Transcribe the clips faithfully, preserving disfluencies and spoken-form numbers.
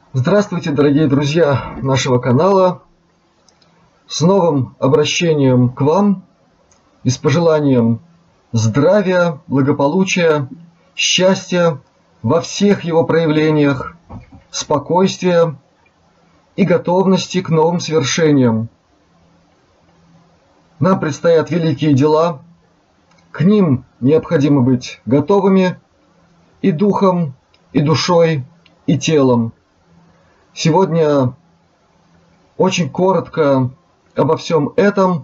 Здравствуйте, дорогие друзья нашего канала, с новым обращением к вам и с пожеланием здравия, благополучия, счастья во всех его проявлениях, спокойствия и готовности к новым свершениям. Нам предстоят великие дела, к ним необходимо быть готовыми и духом, и душой, и телом. Сегодня очень коротко обо всем этом.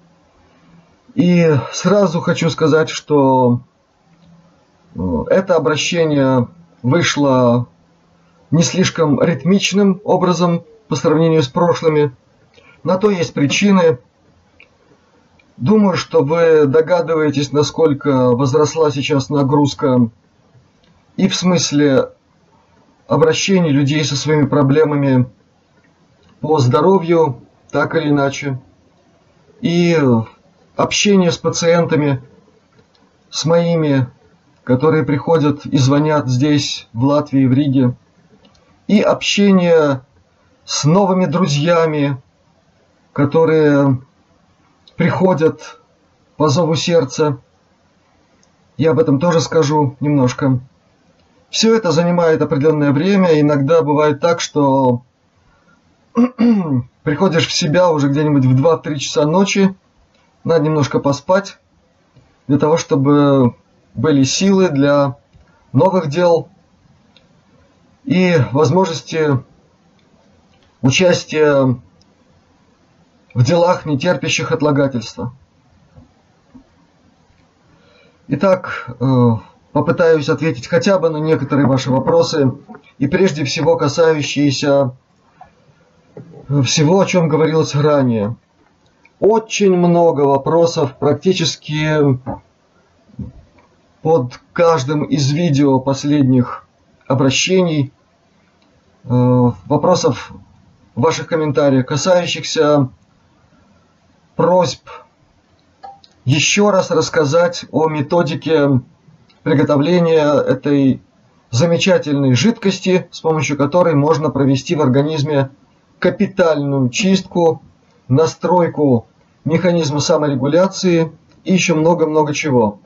И сразу хочу сказать, что это обращение вышло не слишком ритмичным образом по сравнению с прошлыми. На то есть причины. Думаю, что вы догадываетесь, насколько возросла сейчас нагрузка и в смысле обращений людей со своими проблемами по здоровью, так или иначе, и общение с пациентами, с моими, которые приходят и звонят здесь, в Латвии, в Риге, и общение с новыми друзьями, которые приходят по зову сердца. Я об этом тоже скажу немножко. Все это занимает определенное время. Иногда бывает так, что приходишь в себя уже где-нибудь в два-три часа ночи. Надо немножко поспать, для того, чтобы были силы для новых дел и возможности участия в делах, не терпящих отлагательства. Итак, попытаюсь ответить хотя бы на некоторые ваши вопросы, и прежде всего касающиеся всего, о чем говорилось ранее. Очень много вопросов, практически под каждым из видео последних обращений, вопросов в ваших комментариях, касающихся просьб еще раз рассказать о методике приготовления этой замечательной жидкости, с помощью которой можно провести в организме капитальную чистку, настройку механизма саморегуляции и еще много-много чего.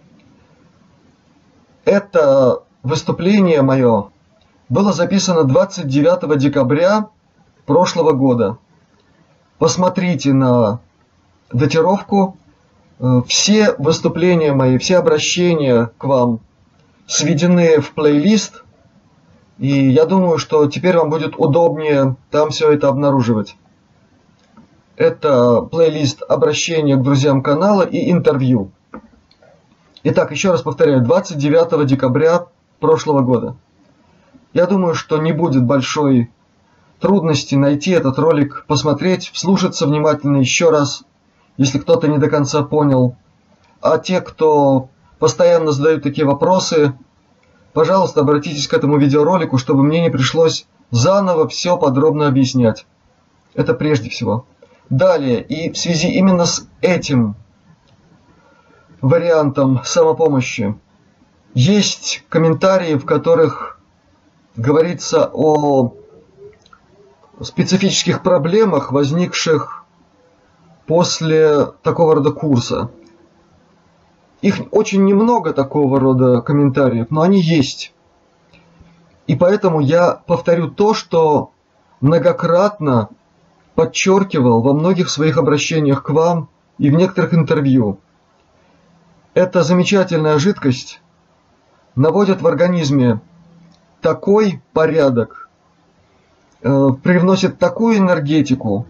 Это выступление мое было записано двадцать девятого декабря прошлого года. Посмотрите на датировку. Все выступления мои, все обращения к вам сведены в плейлист, и я думаю, что теперь вам будет удобнее там все это обнаруживать. Это плейлист обращения к друзьям канала и интервью. Итак, еще раз повторяю, двадцать девятого декабря прошлого года. Я думаю, что не будет большой трудности найти этот ролик, посмотреть, вслушаться внимательно еще раз, если кто-то не до конца понял. А те, кто постоянно задают такие вопросы, пожалуйста, обратитесь к этому видеоролику, чтобы мне не пришлось заново все подробно объяснять. Это прежде всего. Далее, и в связи именно с этим вариантом самопомощи, есть комментарии, в которых говорится о специфических проблемах, возникших после такого рода курса. Их очень немного, такого рода комментариев, но они есть. И поэтому я повторю то, что многократно подчеркивал во многих своих обращениях к вам и в некоторых интервью. Эта замечательная жидкость наводит в организме такой порядок, э, привносит такую энергетику,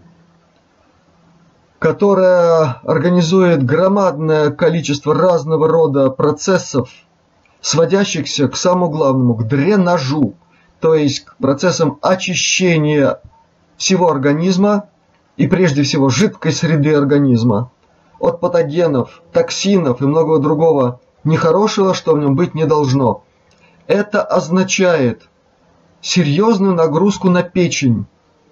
которая организует громадное количество разного рода процессов, сводящихся к самому главному, к дренажу, то есть к процессам очищения всего организма и прежде всего жидкой среды организма от патогенов, токсинов и многого другого нехорошего, что в нем быть не должно. Это означает серьезную нагрузку на печень.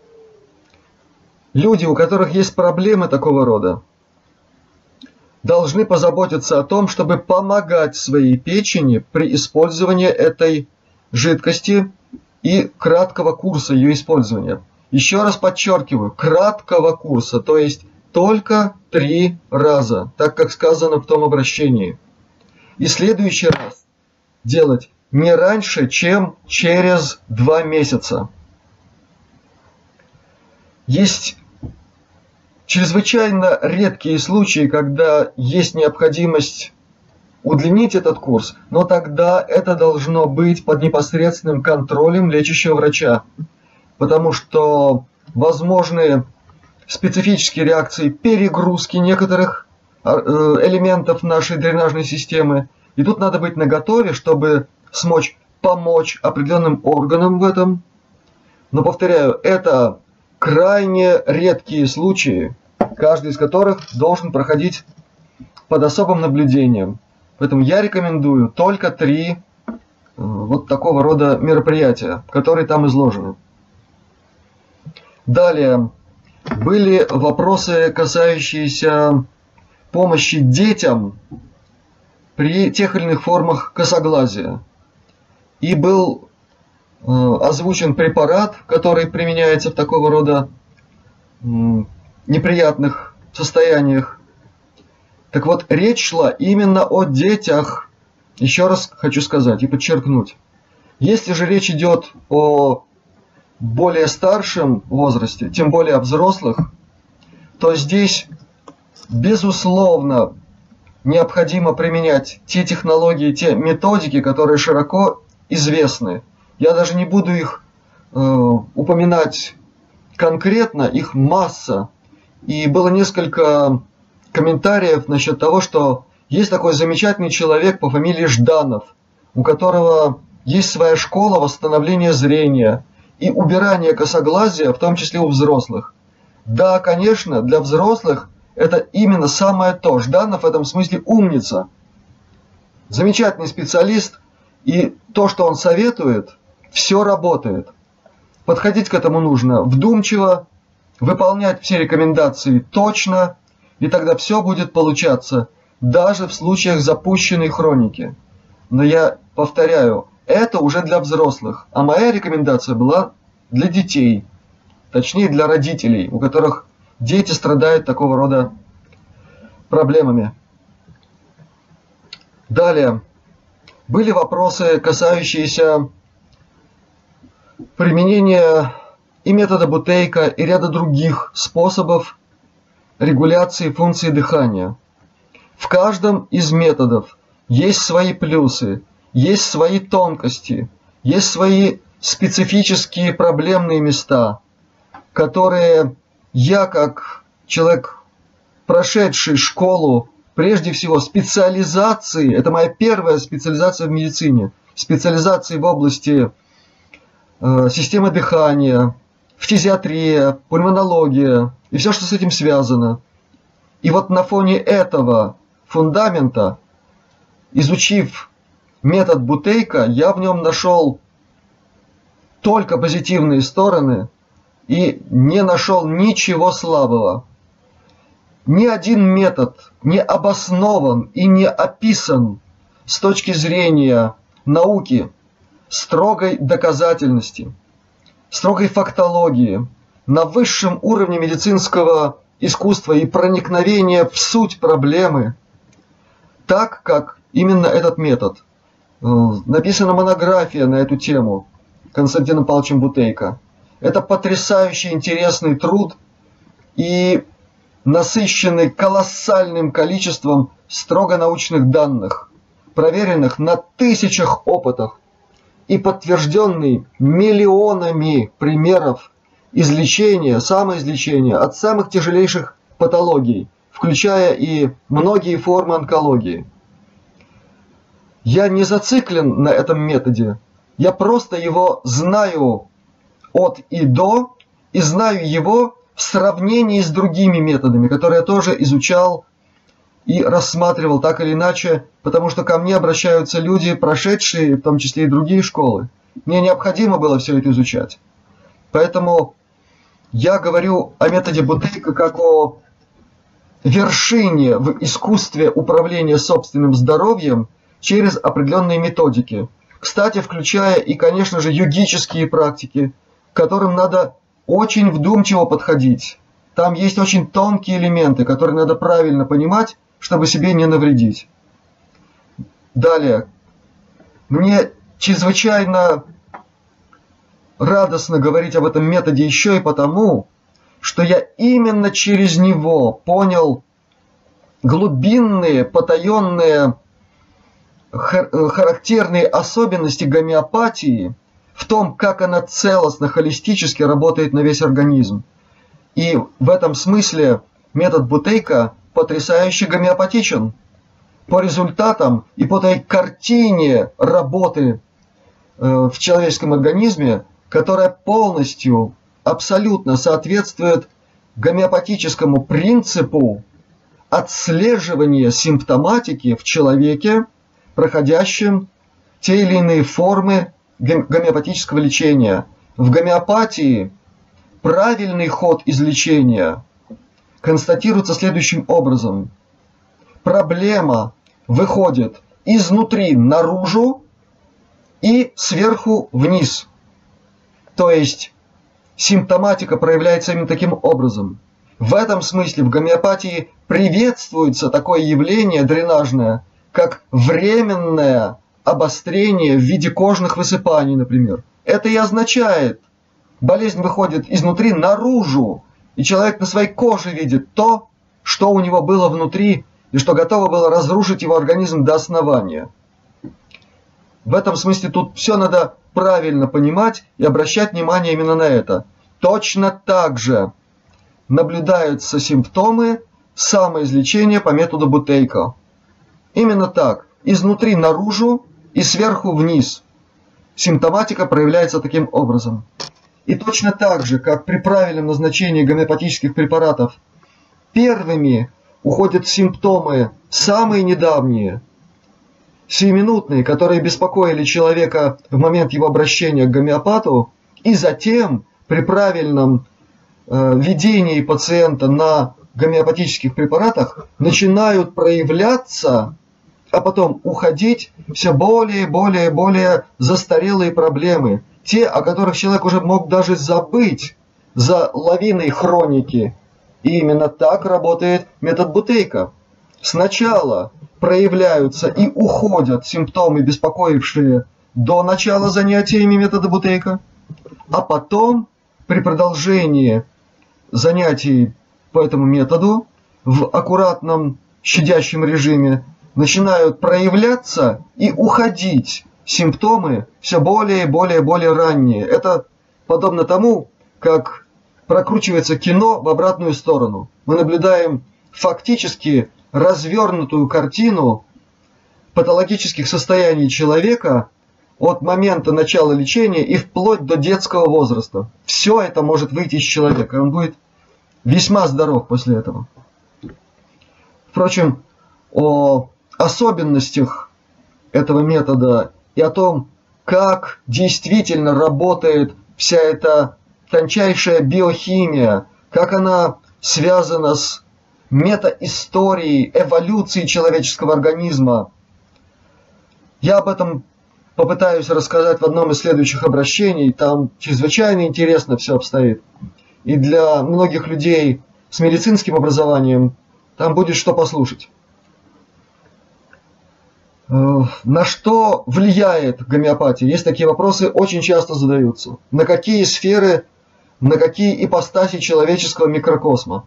Люди, у которых есть проблемы такого рода, должны позаботиться о том, чтобы помогать своей печени при использовании этой жидкости и краткого курса ее использования. Еще раз подчеркиваю, краткого курса, то есть только три раза, так как сказано в том обращении. И следующий раз делать не раньше, чем через два месяца. Есть чрезвычайно редкие случаи, когда есть необходимость удлинить этот курс, но тогда это должно быть под непосредственным контролем лечащего врача, потому что возможны специфические реакции перегрузки некоторых элементов нашей дренажной системы, и тут надо быть наготове, чтобы смочь помочь определенным органам в этом. Но, повторяю, это крайне редкие случаи, каждый из которых должен проходить под особым наблюдением. Поэтому я рекомендую только три вот такого рода мероприятия, которые там изложены. Далее были вопросы, касающиеся помощи детям при тех или иных формах косоглазия. И был э, озвучен препарат, который применяется в такого рода э, неприятных состояниях. Так вот, речь шла именно о детях. Еще раз хочу сказать и подчеркнуть. Если же речь идет о более старшем возрасте, тем более о взрослых, то здесь, безусловно, необходимо применять те технологии, те методики, которые широко известны. Я даже не буду их э, упоминать конкретно, их масса. И было несколько комментариев насчет того, что есть такой замечательный человек по фамилии Жданов, у которого есть своя школа восстановления зрения и убирания косоглазия, в том числе у взрослых. Да, конечно, для взрослых это именно самое то. Жданов в этом смысле умница. Замечательный специалист, и то, что он советует, все работает. Подходить к этому нужно вдумчиво, выполнять все рекомендации точно, и тогда все будет получаться, даже в случаях запущенной хроники. Но я повторяю, это уже для взрослых, а моя рекомендация была для детей, точнее для родителей, у которых дети страдают такого рода проблемами. Далее. Были вопросы, касающиеся применения и метода Бутейка, и ряда других способов регуляции функции дыхания. В каждом из методов есть свои плюсы, есть свои тонкости, есть свои специфические проблемные места, которые я, как человек, прошедший школу, прежде всего специализации, это моя первая специализация в медицине, специализации в области э, системы дыхания, фтизиатрия, пульмонология и все, что с этим связано. И вот на фоне этого фундамента, изучив метод Бутейка, я в нем нашел только позитивные стороны и не нашел ничего слабого. Ни один метод не обоснован и не описан с точки зрения науки, строгой доказательности, строгой фактологии, на высшем уровне медицинского искусства и проникновения в суть проблемы, так как именно этот метод. Написана монография на эту тему Константином Павловичем Бутейко. Это потрясающе интересный труд и насыщенный колоссальным количеством строго научных данных, проверенных на тысячах опытов и подтвержденный миллионами примеров излечения, самоизлечения от самых тяжелейших патологий, включая и многие формы онкологии. Я не зациклен на этом методе, я просто его знаю от и до, и знаю его в сравнении с другими методами, которые я тоже изучал и рассматривал так или иначе, потому что ко мне обращаются люди, прошедшие, в том числе и другие школы. Мне необходимо было все это изучать. Поэтому я говорю о методе Бутейко как о вершине в искусстве управления собственным здоровьем через определенные методики, Кстати, включая и, конечно же, йогические практики, к которым надо очень вдумчиво подходить. Там есть очень тонкие элементы, которые надо правильно понимать, чтобы себе не навредить. Далее. Мне чрезвычайно радостно говорить об этом методе еще и потому, что я именно через него понял глубинные, потаенные, характерные особенности гомеопатии в том, как она целостно, холистически работает на весь организм. И в этом смысле метод Бутейко потрясающе гомеопатичен. По результатам и по той картине работы э, в человеческом организме, которая полностью, абсолютно соответствует гомеопатическому принципу отслеживания симптоматики в человеке, проходящем те или иные формы гомеопатического лечения. В гомеопатии правильный ход излечения констатируется следующим образом. Проблема выходит изнутри наружу и сверху вниз. То есть симптоматика проявляется именно таким образом. В этом смысле в гомеопатии приветствуется такое явление дренажное, как временное обострение в виде кожных высыпаний, например. Это и означает, болезнь выходит изнутри наружу, и человек на своей коже видит то, что у него было внутри, и что готово было разрушить его организм до основания. В этом смысле тут все надо правильно понимать и обращать внимание именно на это. Точно так же наблюдаются симптомы самоизлечения по методу Бутейко. Именно так, изнутри наружу и сверху вниз. Симптоматика проявляется таким образом. И точно так же, как при правильном назначении гомеопатических препаратов, первыми уходят симптомы самые недавние, сиюминутные, которые беспокоили человека в момент его обращения к гомеопату, и затем при правильном э, ведении пациента на гомеопатических препаратах начинают проявляться, а потом уходить все более, более, более застарелые проблемы, те, о которых человек уже мог даже забыть за лавиной хроники. И именно так работает метод Бутейко. Сначала проявляются и уходят симптомы, беспокоившие до начала занятиями метода Бутейко, а потом при продолжении занятий по этому методу в аккуратном щадящем режиме начинают проявляться и уходить симптомы все более и более и более ранние. Это подобно тому, как прокручивается кино в обратную сторону. Мы наблюдаем фактически развернутую картину патологических состояний человека от момента начала лечения и вплоть до детского возраста. Все это может выйти из человека, и он будет весьма здоров после этого. Впрочем, о особенностях этого метода и о том, как действительно работает вся эта тончайшая биохимия, как она связана с метаисторией эволюции человеческого организма. Я об этом попытаюсь рассказать в одном из следующих обращений. Там чрезвычайно интересно все обстоит. И для многих людей с медицинским образованием там будет что послушать. На что влияет гомеопатия? Есть такие вопросы, очень часто задаются. На какие сферы, на какие ипостаси человеческого микрокосма?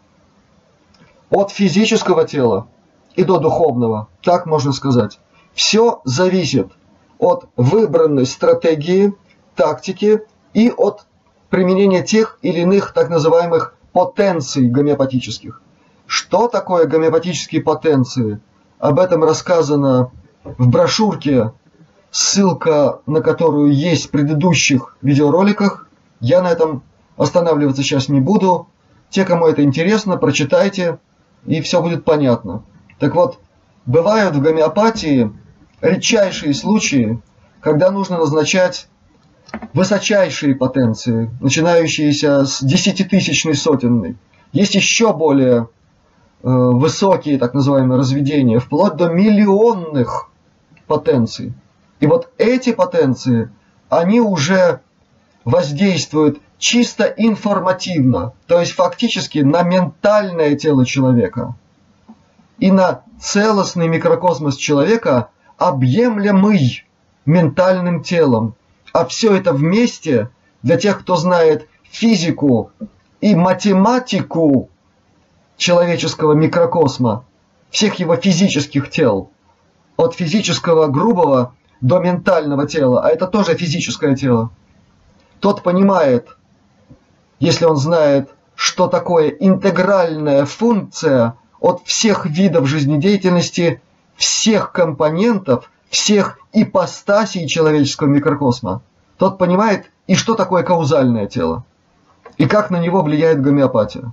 От физического тела и до духовного, так можно сказать. Все зависит от выбранной стратегии, тактики и от применения тех или иных так называемых потенций гомеопатических. Что такое гомеопатические потенции? Об этом рассказано в брошюрке, ссылка на которую есть в предыдущих видеороликах. Я на этом останавливаться сейчас не буду. Те, кому это интересно, прочитайте, и все будет понятно. Так вот, бывают в гомеопатии редчайшие случаи, когда нужно назначать высочайшие потенции, начинающиеся с десятитысячной сотенной. Есть еще более э, высокие так называемые разведения, вплоть до миллионных потенций. И вот эти потенции, они уже воздействуют чисто информативно, то есть фактически на ментальное тело человека и на целостный микрокосмос человека, объемлемый ментальным телом. А все это вместе, для тех, кто знает физику и математику человеческого микрокосма, всех его физических тел, от физического грубого до ментального тела, а это тоже физическое тело, тот понимает, если он знает, что такое интегральная функция от всех видов жизнедеятельности, всех компонентов, всех ипостасей человеческого микрокосма, тот понимает, и что такое каузальное тело, и как на него влияет гомеопатия.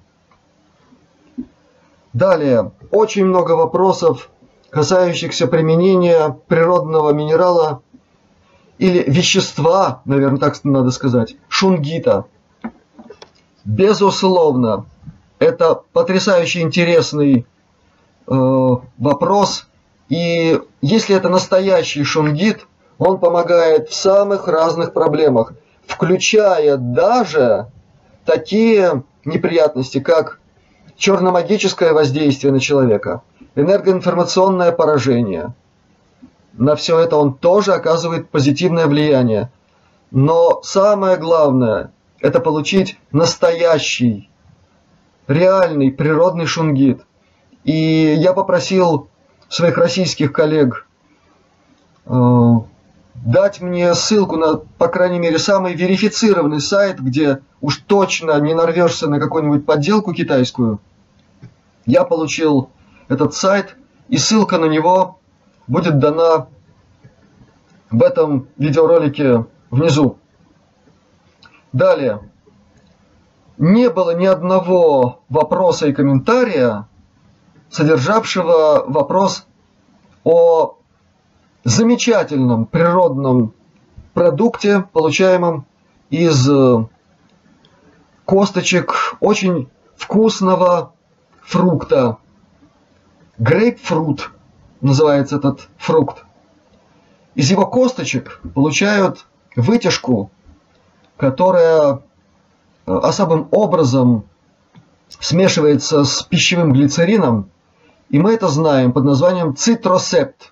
Далее, очень много вопросов, касающихся применения природного минерала или вещества, наверное, так надо сказать, шунгита. Безусловно, это потрясающе интересный э, вопрос. И если это настоящий шунгит, он помогает в самых разных проблемах, включая даже такие неприятности, как черномагическое воздействие на человека, энергоинформационное поражение. На все это он тоже оказывает позитивное влияние. Но самое главное – это получить настоящий, реальный природный шунгит. И я попросил своих российских коллег э, дать мне ссылку на, по крайней мере, самый верифицированный сайт, где уж точно не нарвешься на какую-нибудь подделку китайскую. Я получил этот сайт, и ссылка на него будет дана в этом видеоролике внизу. Далее. Не было ни одного вопроса и комментария, содержавшего вопрос о замечательном природном продукте, получаемом из косточек очень вкусного фрукта. Грейпфрут называется этот фрукт. Из его косточек получают вытяжку, которая особым образом смешивается с пищевым глицерином, и мы это знаем под названием цитросепт.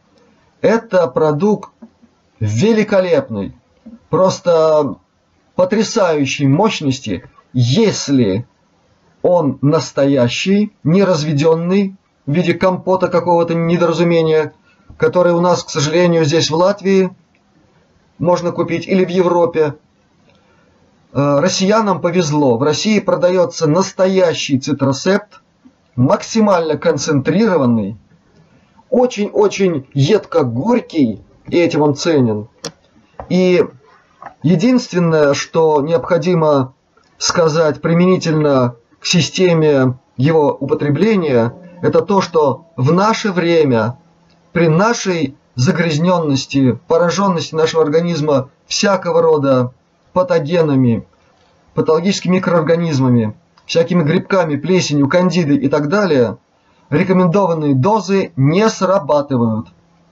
Это продукт великолепный, просто потрясающей мощности, если он настоящий, не разведенный в виде компота какого-то недоразумения, который у нас, к сожалению, здесь в Латвии можно купить, или в Европе. Россиянам повезло. В России продается настоящий цитросепт, максимально концентрированный, очень-очень едко-горький, и этим он ценен. И единственное, что необходимо сказать применительно к системе его употребления, это то, что в наше время, при нашей загрязненности, пораженности нашего организма всякого рода патогенами, патологическими микроорганизмами, всякими грибками, плесенью, кандидой и так далее, рекомендованные дозы не срабатывают.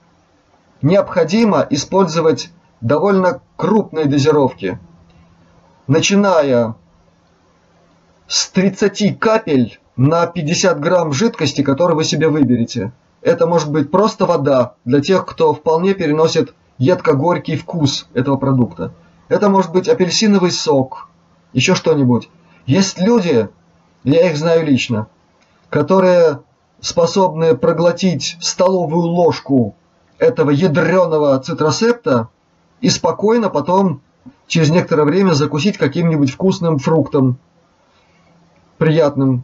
Необходимо использовать довольно крупные дозировки, начиная с тридцати капель на пятьдесят грамм жидкости, которую вы себе выберете. Это может быть просто вода для тех, кто вполне переносит едко-горький вкус этого продукта. Это может быть апельсиновый сок, еще что-нибудь. Есть люди, я их знаю лично, которые способны проглотить столовую ложку этого ядреного цитросепта и спокойно потом, через некоторое время, закусить каким-нибудь вкусным фруктом, приятным.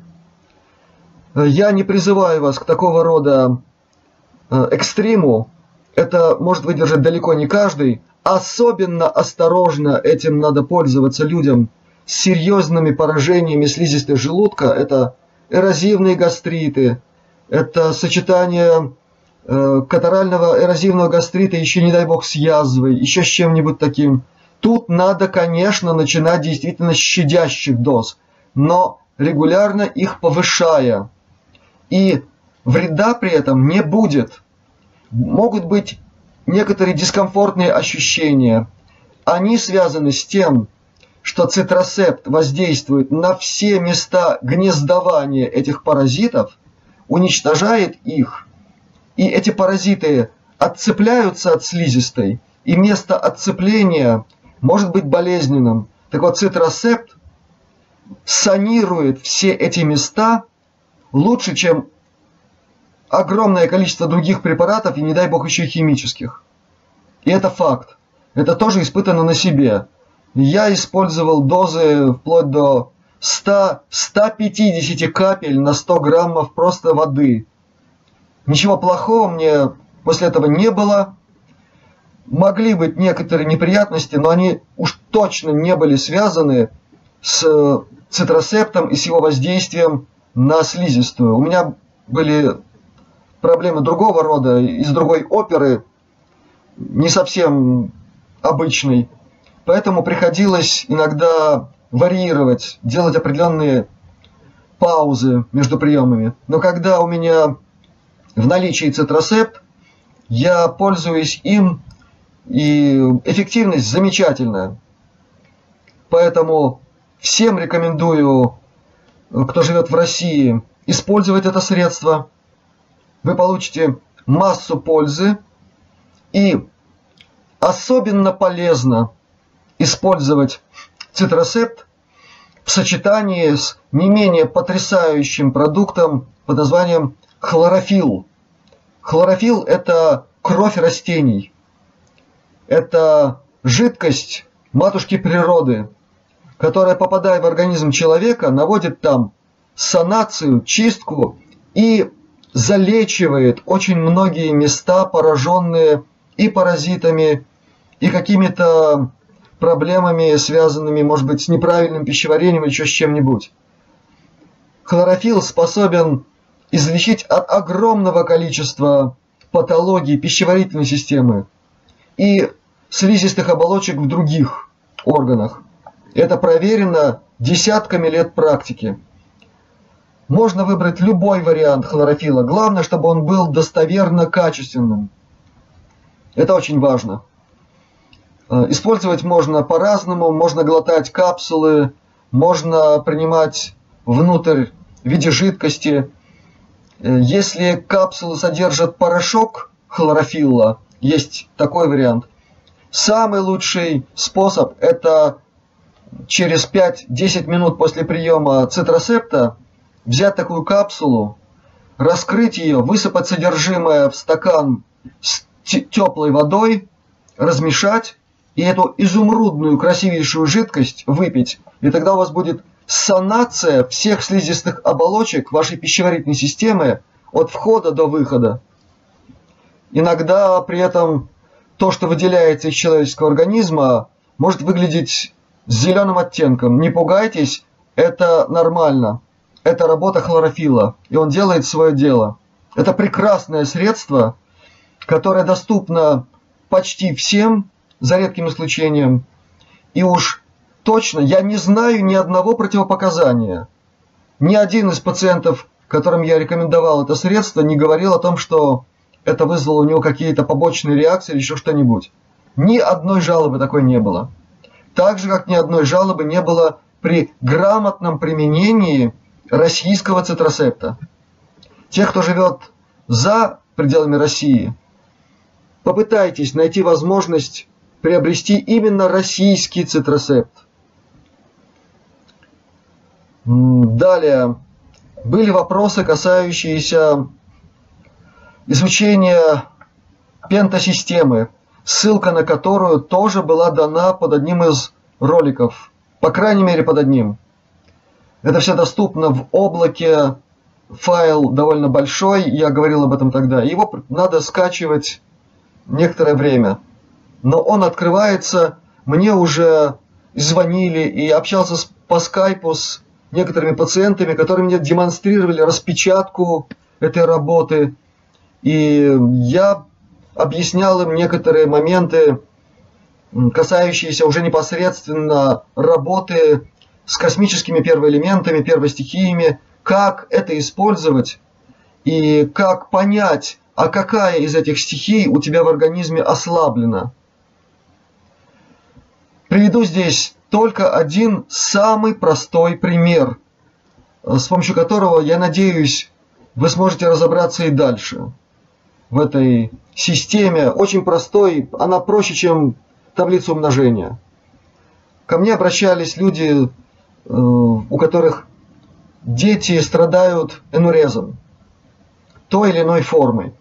Я не призываю вас к такого рода экстриму. Это может выдержать далеко не каждый. Особенно осторожно этим надо пользоваться людям с серьезными поражениями слизистой желудка. Это эрозивные гастриты, это сочетание э, катарального эрозивного гастрита, еще не дай бог с язвой, еще с чем-нибудь таким. Тут надо, конечно, начинать действительно с щадящих доз, но регулярно их повышая. И вреда при этом не будет. Могут быть некоторые дискомфортные ощущения, они связаны с тем, что цитросепт воздействует на все места гнездования этих паразитов, уничтожает их, и эти паразиты отцепляются от слизистой, и место отцепления может быть болезненным. Так вот, цитросепт санирует все эти места лучше, чем огромное количество других препаратов, и не дай бог еще химических. И это факт. Это тоже испытано на себе. Я использовал дозы вплоть до ста — ста пятидесяти капель на сто граммов просто воды. Ничего плохого мне после этого не было. Могли быть некоторые неприятности, но они уж точно не были связаны с цитросептом и с его воздействием на слизистую. У меня были проблемы другого рода, из другой оперы, не совсем обычной. Поэтому приходилось иногда варьировать, делать определенные паузы между приемами. Но когда у меня в наличии цитросепт, я пользуюсь им, и эффективность замечательная. Поэтому всем рекомендую, кто живет в России, использовать это средство. Вы получите массу пользы, и особенно полезно использовать цитросепт в сочетании с не менее потрясающим продуктом под названием хлорофилл. Хлорофилл – это кровь растений. Это жидкость матушки природы, которая, попадая в организм человека, наводит там санацию, чистку и залечивает очень многие места, пораженные и паразитами, и какими-то проблемами, связанными, может быть, с неправильным пищеварением или еще с чем-нибудь. Хлорофилл способен излечить от огромного количества патологий пищеварительной системы и слизистых оболочек в других органах. Это проверено десятками лет практики. Можно выбрать любой вариант хлорофилла. Главное, чтобы он был достоверно качественным. Это очень важно. Использовать можно по-разному. Можно глотать капсулы, можно принимать внутрь в виде жидкости. Если капсулы содержат порошок хлорофилла, есть такой вариант. Самый лучший способ – это через пять-десять минут после приема цитросепта взять такую капсулу, раскрыть ее, высыпать содержимое в стакан с теплой водой, размешать и эту изумрудную красивейшую жидкость выпить. И тогда у вас будет санация всех слизистых оболочек вашей пищеварительной системы от входа до выхода. Иногда при этом то, что выделяется из человеческого организма, может выглядеть с зеленым оттенком. Не пугайтесь, это нормально. Это работа хлорофилла, и он делает свое дело. Это прекрасное средство, которое доступно почти всем, за редким исключением. И уж точно я не знаю ни одного противопоказания. Ни один из пациентов, которым я рекомендовал это средство, не говорил о том, что это вызвало у него какие-то побочные реакции или еще что-нибудь. Ни одной жалобы такой не было. Так же, как ни одной жалобы не было при грамотном применении российского цитросепта. Те, кто живет за пределами России, попытайтесь найти возможность приобрести именно российский цитросепт. Далее. Были вопросы, касающиеся изучения пентасистемы, ссылка на которую тоже была дана под одним из роликов, по крайней мере под одним. Это все доступно в облаке, файл довольно большой, я говорил об этом тогда. Его надо скачивать некоторое время. Но он открывается, мне уже звонили и общался с, по скайпу с некоторыми пациентами, которые мне демонстрировали распечатку этой работы. И я объяснял им некоторые моменты, касающиеся уже непосредственно работы с космическими первоэлементами, первостихиями, как это использовать и как понять а какая из этих стихий у тебя в организме ослаблена. Приведу здесь только один самый простой пример, с помощью которого, я надеюсь, вы сможете разобраться и дальше в этой системе. Очень простой, она проще, чем таблица умножения. Ко мне обращались люди, у которых дети страдают энурезом той или иной формой.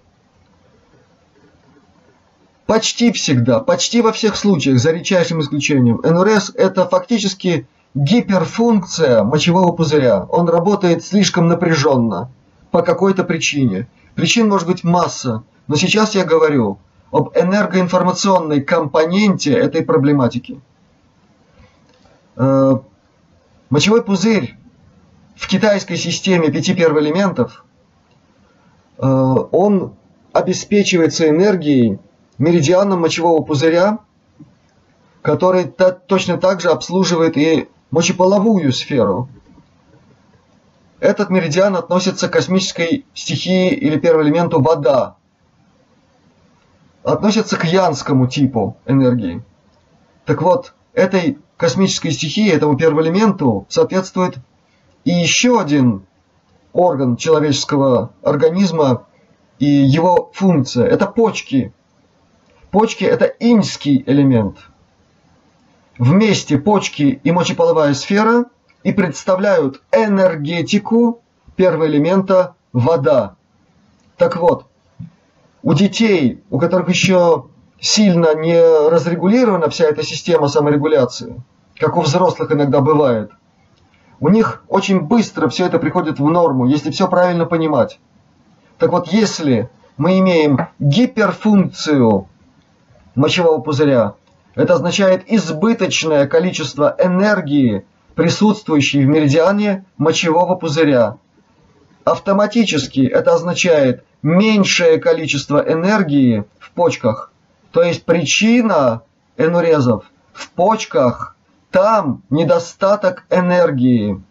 Почти всегда, почти во всех случаях, за редчайшим исключением, энурез – это фактически гиперфункция мочевого пузыря. Он работает слишком напряженно по какой-то причине. Причин может быть масса, но сейчас я говорю об энергоинформационной компоненте этой проблематики. Мочевой пузырь в китайской системе пяти первоэлементов, он обеспечивается энергией меридианом мочевого пузыря, который точно так же обслуживает и мочеполовую сферу. Этот меридиан относится к космической стихии или первоэлементу вода. Относится к янскому типу энергии. Так вот, этой космической стихии, этому первоэлементу соответствует и еще один орган человеческого организма и его функция. Это почки. Почки – это иньский элемент. Вместе почки и мочеполовая сфера и представляют энергетику первого элемента вода. Так вот, у детей, у которых еще сильно не разрегулирована вся эта система саморегуляции, как у взрослых иногда бывает, у них очень быстро все это приходит в норму, если все правильно понимать. Так вот, если мы имеем гиперфункцию мочевого пузыря, это означает избыточное количество энергии, присутствующей в меридиане мочевого пузыря. Автоматически это означает меньшее количество энергии в почках. То есть причина энурезов в почках, там недостаток энергии.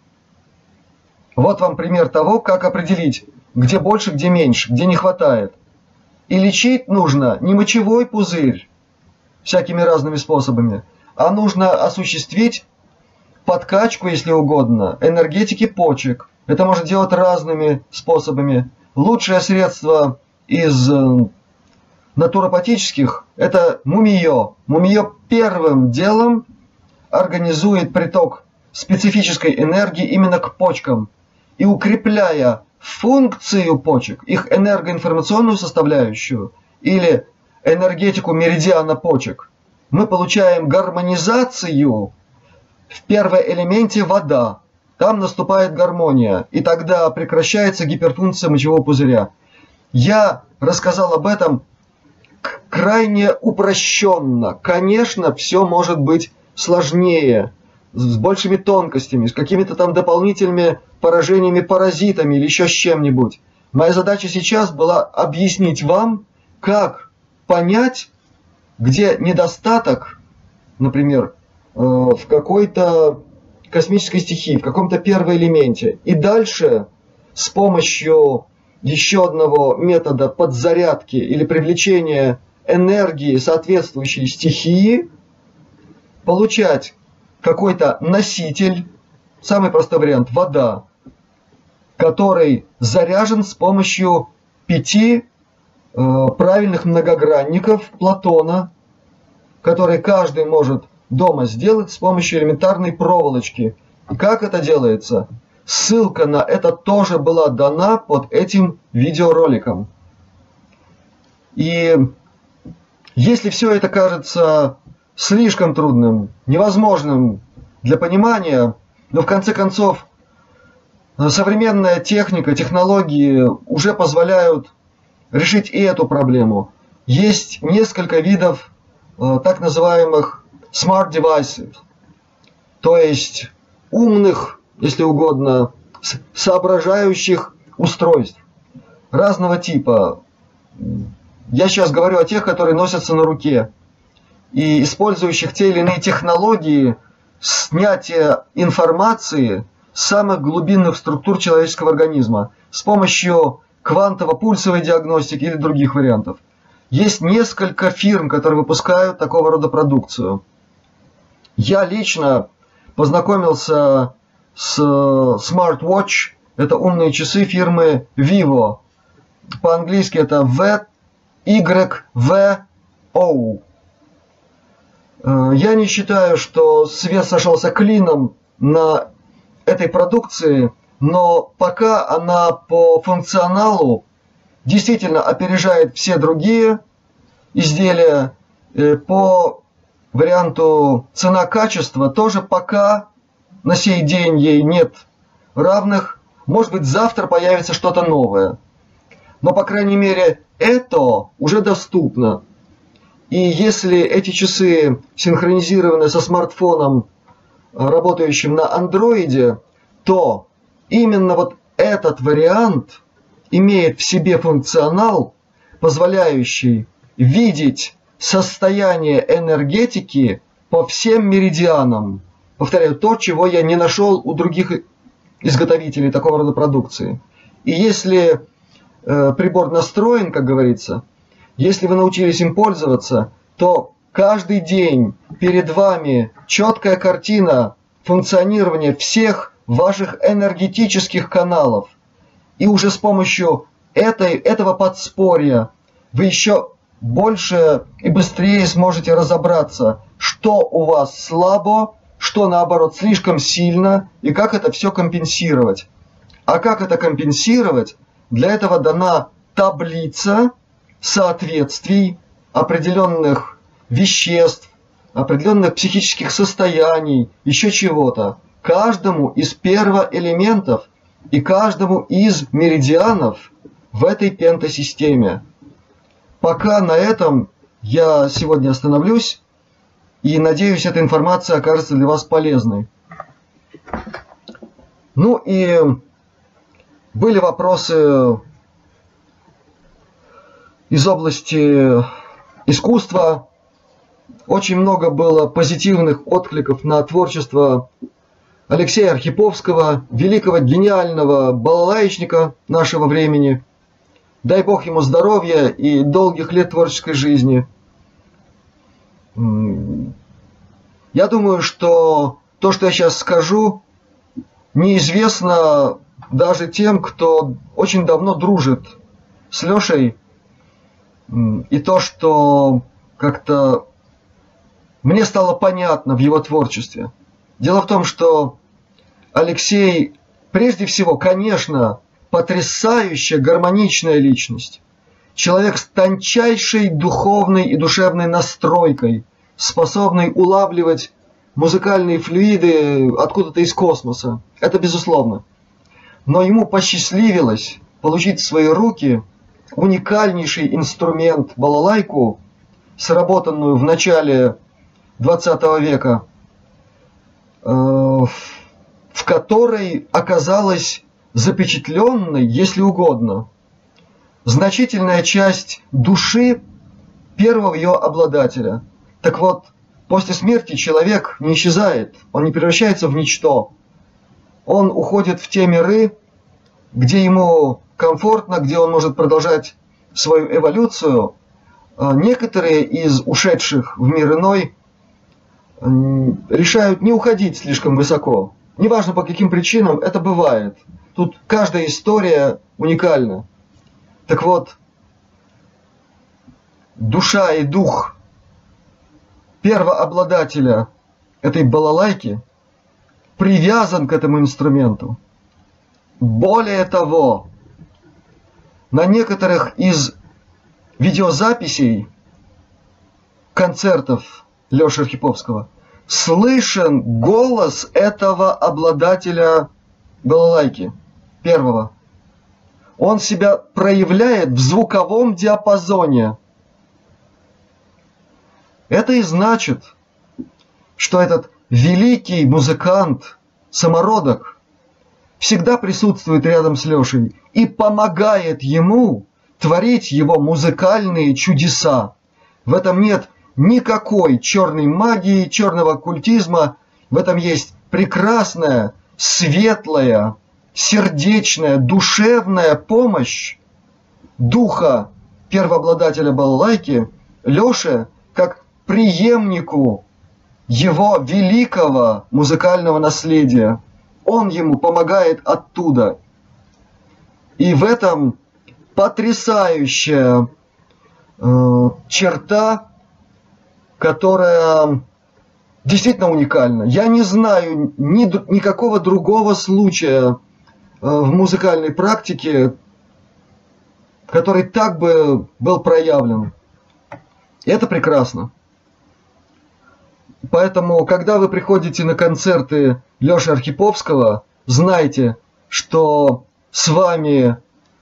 Вот вам пример того, как определить, где больше, где меньше, где не хватает. И лечить нужно не мочевой пузырь всякими разными способами, а нужно осуществить подкачку, если угодно, энергетики почек. Это можно делать разными способами. Лучшее средство из натуропатических – это мумиё. Мумиё первым делом организует приток специфической энергии именно к почкам. И укрепляя функцию почек, их энергоинформационную составляющую или энергетику меридиана почек, мы получаем гармонизацию в первоэлементе вода. Там наступает гармония, и тогда прекращается гиперфункция мочевого пузыря. Я рассказал об этом крайне упрощенно. Конечно, все может быть сложнее, с большими тонкостями, с какими-то там дополнительными поражениями, паразитами или еще с чем-нибудь. Моя задача сейчас была объяснить вам, как понять, где недостаток, например, в какой-то космической стихии, в каком-то первоэлементе. И дальше с помощью еще одного метода подзарядки или привлечения энергии соответствующей стихии получать какой-то носитель, самый простой вариант – вода, который заряжен с помощью пяти э, правильных многогранников Платона, которые каждый может дома сделать с помощью элементарной проволочки. Как это делается? Ссылка на это тоже была дана под этим видеороликом. И если все это кажется слишком трудным, невозможным для понимания, но в конце концов современная техника, технологии уже позволяют решить и эту проблему. Есть несколько видов э, так называемых smart devices, то есть умных, если угодно, соображающих устройств разного типа. Я сейчас говорю о тех, которые носятся на руке и использующих те или иные технологии снятия информации с самых глубинных структур человеческого организма с помощью квантово-пульсовой диагностики или других вариантов. Есть несколько фирм, которые выпускают такого рода продукцию. Я лично познакомился с Smartwatch, это умные часы фирмы Vivo. По-английски это ви уай ви о. Я не считаю, что свет сошелся клином на этой продукции, но пока она по функционалу действительно опережает все другие изделия, по варианту цена-качество тоже пока на сей день ей нет равных. Может быть, завтра появится что-то новое. Но, по крайней мере, это уже доступно. И если эти часы синхронизированы со смартфоном, работающим на андроиде, то именно вот этот вариант имеет в себе функционал, позволяющий видеть состояние энергетики по всем меридианам. Повторяю, то, чего я не нашел у других изготовителей такого рода продукции. И если э, прибор настроен, как говорится, если вы научились им пользоваться, то каждый день перед вами четкая картина функционирования всех ваших энергетических каналов. И уже с помощью этой, этого подспорья вы еще больше и быстрее сможете разобраться, что у вас слабо, что наоборот слишком сильно, и как это все компенсировать. А как это компенсировать? Для этого дана таблица соответствий определенных веществ, определенных психических состояний, еще чего-то, каждому из первоэлементов и каждому из меридианов в этой пентасистеме. Пока на этом я сегодня остановлюсь, и надеюсь, эта информация окажется для вас полезной. Ну и были вопросы из области искусства. Очень много было позитивных откликов на творчество Алексея Архиповского, великого гениального балалаечника нашего времени. Дай Бог ему здоровья и долгих лет творческой жизни. Я думаю, что то, что я сейчас скажу, неизвестно даже тем, кто очень давно дружит с Лешей. И то, что как-то мне стало понятно в его творчестве. Дело в том, что Алексей, прежде всего, конечно, потрясающая гармоничная личность. Человек с тончайшей духовной и душевной настройкой, способный улавливать музыкальные флюиды откуда-то из космоса. Это безусловно. Но ему посчастливилось получить в свои руки уникальнейший инструмент балалайку, сработанную в начале двадцатого века, в которой оказалась запечатленной, если угодно, значительная часть души первого ее обладателя. Так вот, после смерти человек не исчезает, он не превращается в ничто. Он уходит в те миры, где ему комфортно, где он может продолжать свою эволюцию. Некоторые из ушедших в мир иной решают не уходить слишком высоко. Неважно по каким причинам, это бывает. Тут каждая история уникальна. Так вот, душа и дух первообладателя этой балалайки привязан к этому инструменту. Более того, на некоторых из видеозаписей концертов Леши Архиповского слышен голос этого обладателя балалайки, первого. Он себя проявляет в звуковом диапазоне. Это и значит, что этот великий музыкант, самородок, всегда присутствует рядом с Лешей и помогает ему творить его музыкальные чудеса. В этом нет никакой черной магии, черного оккультизма. В этом есть прекрасная, светлая, сердечная, душевная помощь духа первообладателя балалайки Лёше как преемнику его великого музыкального наследия. Он ему помогает оттуда. И в этом потрясающая э, черта, которая действительно уникальна. Я не знаю ни, никакого другого случая э, в музыкальной практике, который так бы был проявлен. И это прекрасно. Поэтому, когда вы приходите на концерты Лёши Архиповского, знайте, что с вами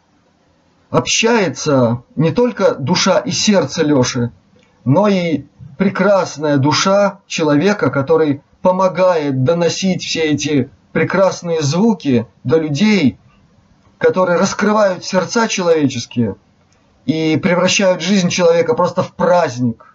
общается не только душа и сердце Лёши, но и прекрасная душа человека, который помогает доносить все эти прекрасные звуки до людей, которые раскрывают сердца человеческие и превращают жизнь человека просто в праздник.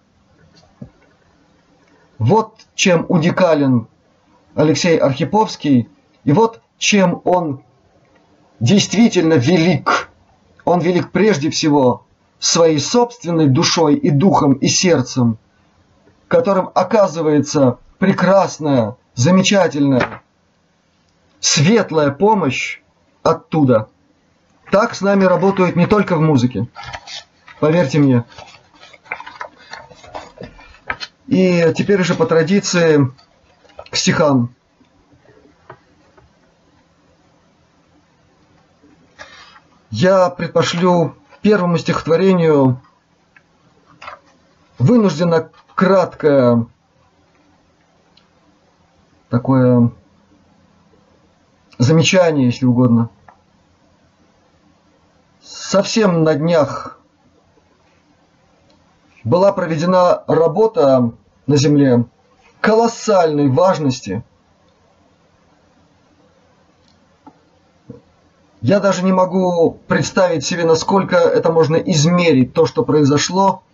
Вот чем уникален Алексей Архиповский, и вот чем он действительно велик. Он велик прежде всего своей собственной душой и духом и сердцем, которым оказывается прекрасная, замечательная, светлая помощь оттуда. Так с нами работают не только в музыке. Поверьте мне. И теперь же по традиции к стихам. Я предпошлю первому стихотворению вынужденно краткое такое замечание, если угодно. Совсем на днях была проведена работа на Земле колоссальной важности. Я даже не могу представить себе, насколько это можно измерить, то, что произошло.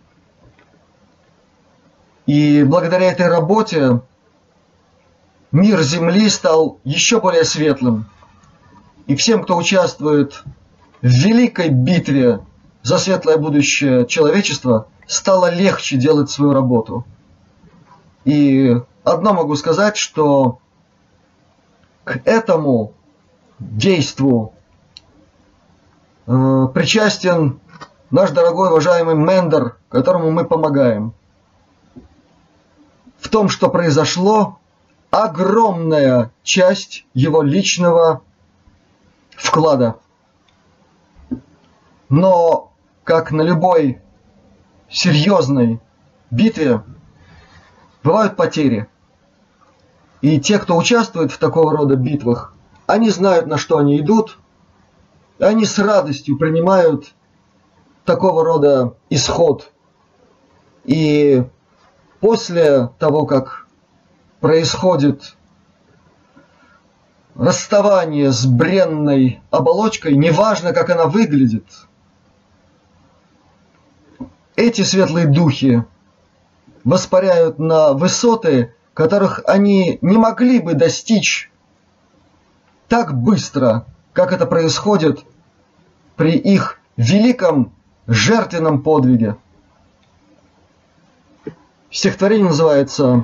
И благодаря этой работе мир Земли стал еще более светлым. И всем, кто участвует в великой битве за светлое будущее человечества, стало легче делать свою работу. И одно могу сказать, что к этому действу э, причастен наш дорогой, уважаемый Мендер, которому мы помогаем. В том, что произошло, огромная часть его личного вклада. Но, как на любой серьезной битве, бывают потери. И те, кто участвует в такого рода битвах, они знают, на что они идут, и они с радостью принимают такого рода исход. И после того, как происходит расставание с бренной оболочкой, неважно, как она выглядит, эти светлые духи воспаряют на высоты, которых они не могли бы достичь так быстро, как это происходит при их великом жертвенном подвиге. Стихотворение называется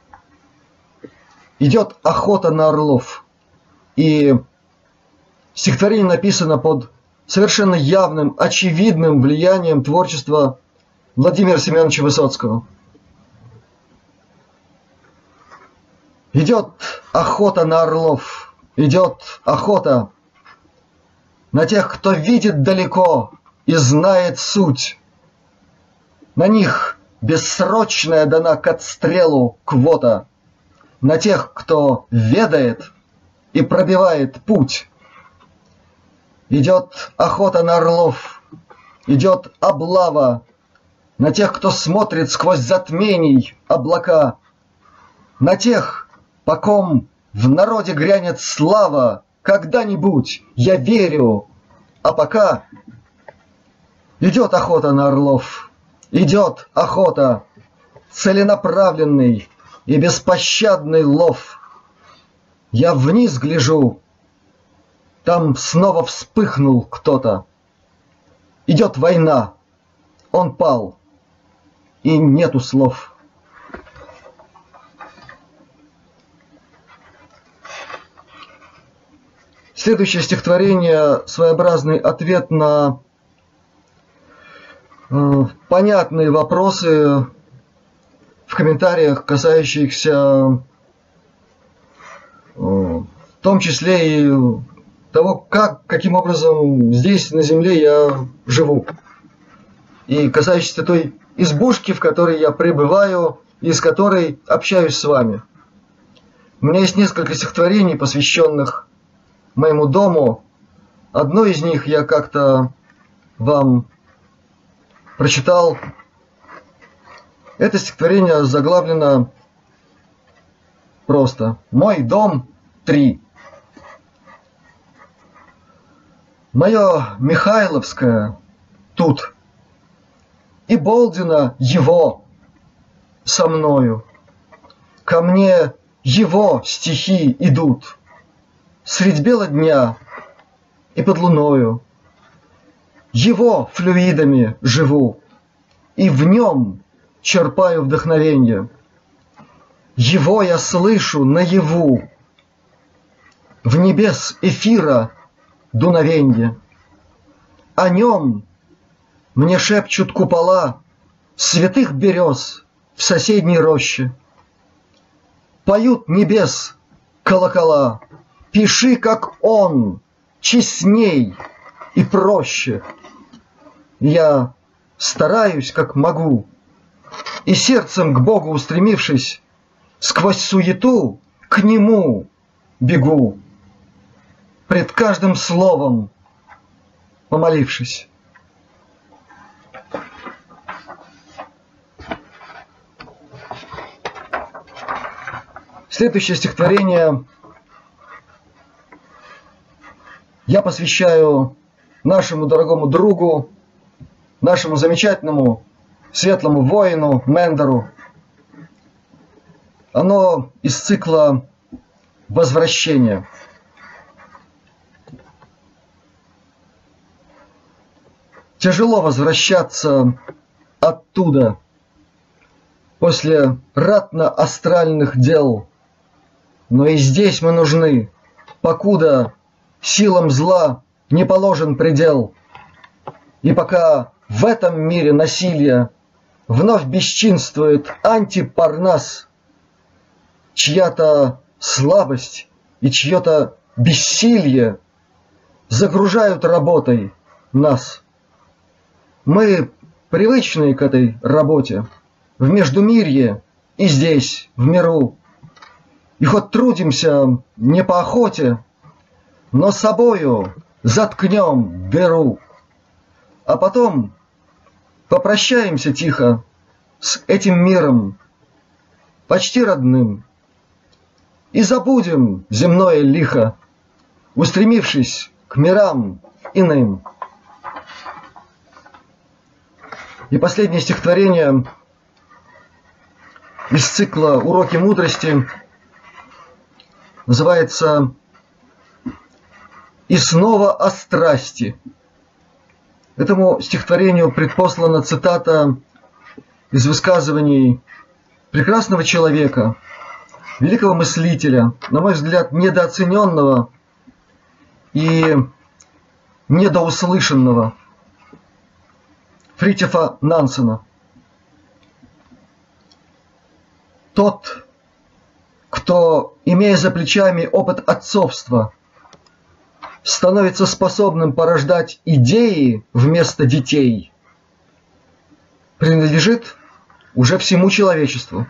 «Идет охота на орлов». И стихотворение написано под совершенно явным, очевидным влиянием творчества Владимира Семеновича Высоцкого. Идет охота на орлов, идет охота на тех, кто видит далеко и знает суть. На них бессрочная дана к отстрелу квота, на тех, кто ведает и пробивает путь. Идет охота на орлов, идет облава на тех, кто смотрит сквозь затмений облака, на тех, по ком в народе грянет слава, когда-нибудь, я верю, а пока идет охота на орлов, идет охота, целенаправленный и беспощадный лов. Я вниз гляжу, там снова вспыхнул кто-то. идет война, он пал, и нету слов. Следующее стихотворение – своеобразный ответ на э, понятные вопросы в комментариях, касающихся э, в том числе и того, как, каким образом здесь, на земле, я живу. И касающийся той избушки, в которой я пребываю, и с которой общаюсь с вами. У меня есть несколько стихотворений, посвященных моему дому. Одно из них я как-то вам прочитал. Это стихотворение заглавлено просто «Мой дом три». Мое Михайловское тут, и Болдина его со мною. Ко мне его стихи идут средь бела дня и под луною. Его флюидами живу, и в нем черпаю вдохновенье. Его я слышу наяву, в небес эфира дуновенье. О нем мне шепчут купола святых берез в соседней роще. Поют небес колокола, пиши, как он, честней и проще. Я стараюсь, как могу, и сердцем к Богу устремившись, сквозь суету к Нему бегу, пред каждым словом помолившись. Следующее стихотворение я посвящаю нашему дорогому другу, нашему замечательному светлому воину Мендеру. Оно из цикла «Возвращение». Тяжело возвращаться оттуда после ратно-астральных дел, но и здесь мы нужны, покуда силам зла не положен предел. И пока в этом мире насилия вновь бесчинствует антипарнас, чья-то слабость и чье-то бессилье загружают работой нас. Мы привычные к этой работе, в междумирье и здесь, в миру. И хоть трудимся не по охоте, но собою заткнем дыру. А потом попрощаемся тихо с этим миром, почти родным, и забудем земное лихо, устремившись к мирам иным. И последнее стихотворение из цикла «Уроки мудрости» называется «И снова о страсти». Этому стихотворению предпослана цитата из высказываний прекрасного человека, великого мыслителя, на мой взгляд, недооцененного и недоуслышанного, Фритьофа Нансена. Тот, кто, имея за плечами опыт отцовства, становится способным порождать идеи вместо детей, принадлежит уже всему человечеству.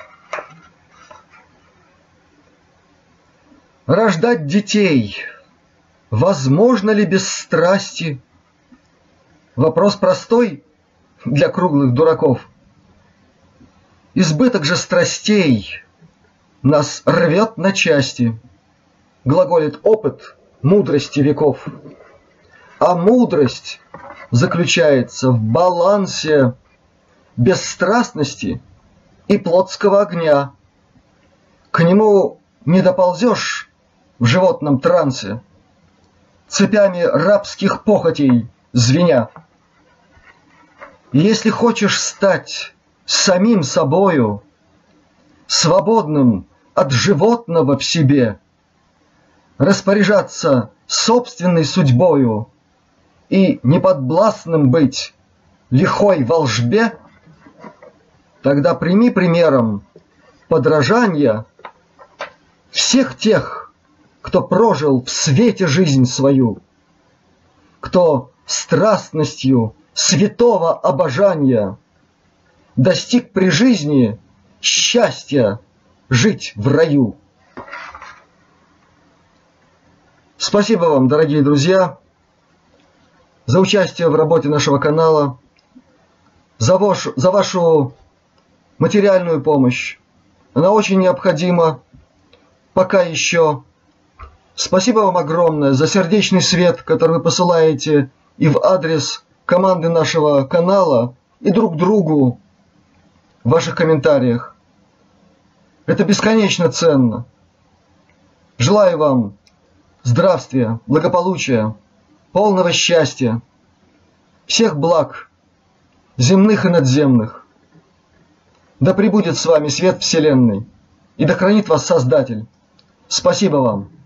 Рождать детей возможно ли без страсти? Вопрос простой для круглых дураков. Избыток же страстей нас рвет на части, глаголит опыт мудрости веков. А мудрость заключается в балансе бесстрастности и плотского огня. К нему не доползешь в животном трансе, цепями рабских похотей звеня. И если хочешь стать самим собою, свободным от животного в себе, распоряжаться собственной судьбою и неподвластным быть лихой волжбе, тогда прими примером подражания всех тех, кто прожил в свете жизнь свою, кто страстностью святого обожания достиг при жизни счастья жить в раю. Спасибо вам, дорогие друзья, за участие в работе нашего канала, за вашу, за вашу материальную помощь. Она очень необходима пока еще. Спасибо вам огромное за сердечный свет, который вы посылаете и в адрес команды нашего канала, и друг другу в ваших комментариях. Это бесконечно ценно. Желаю вам здравствия, благополучия, полного счастья, всех благ, земных и надземных. Да пребудет с вами свет Вселенной, и да хранит вас Создатель. Спасибо вам.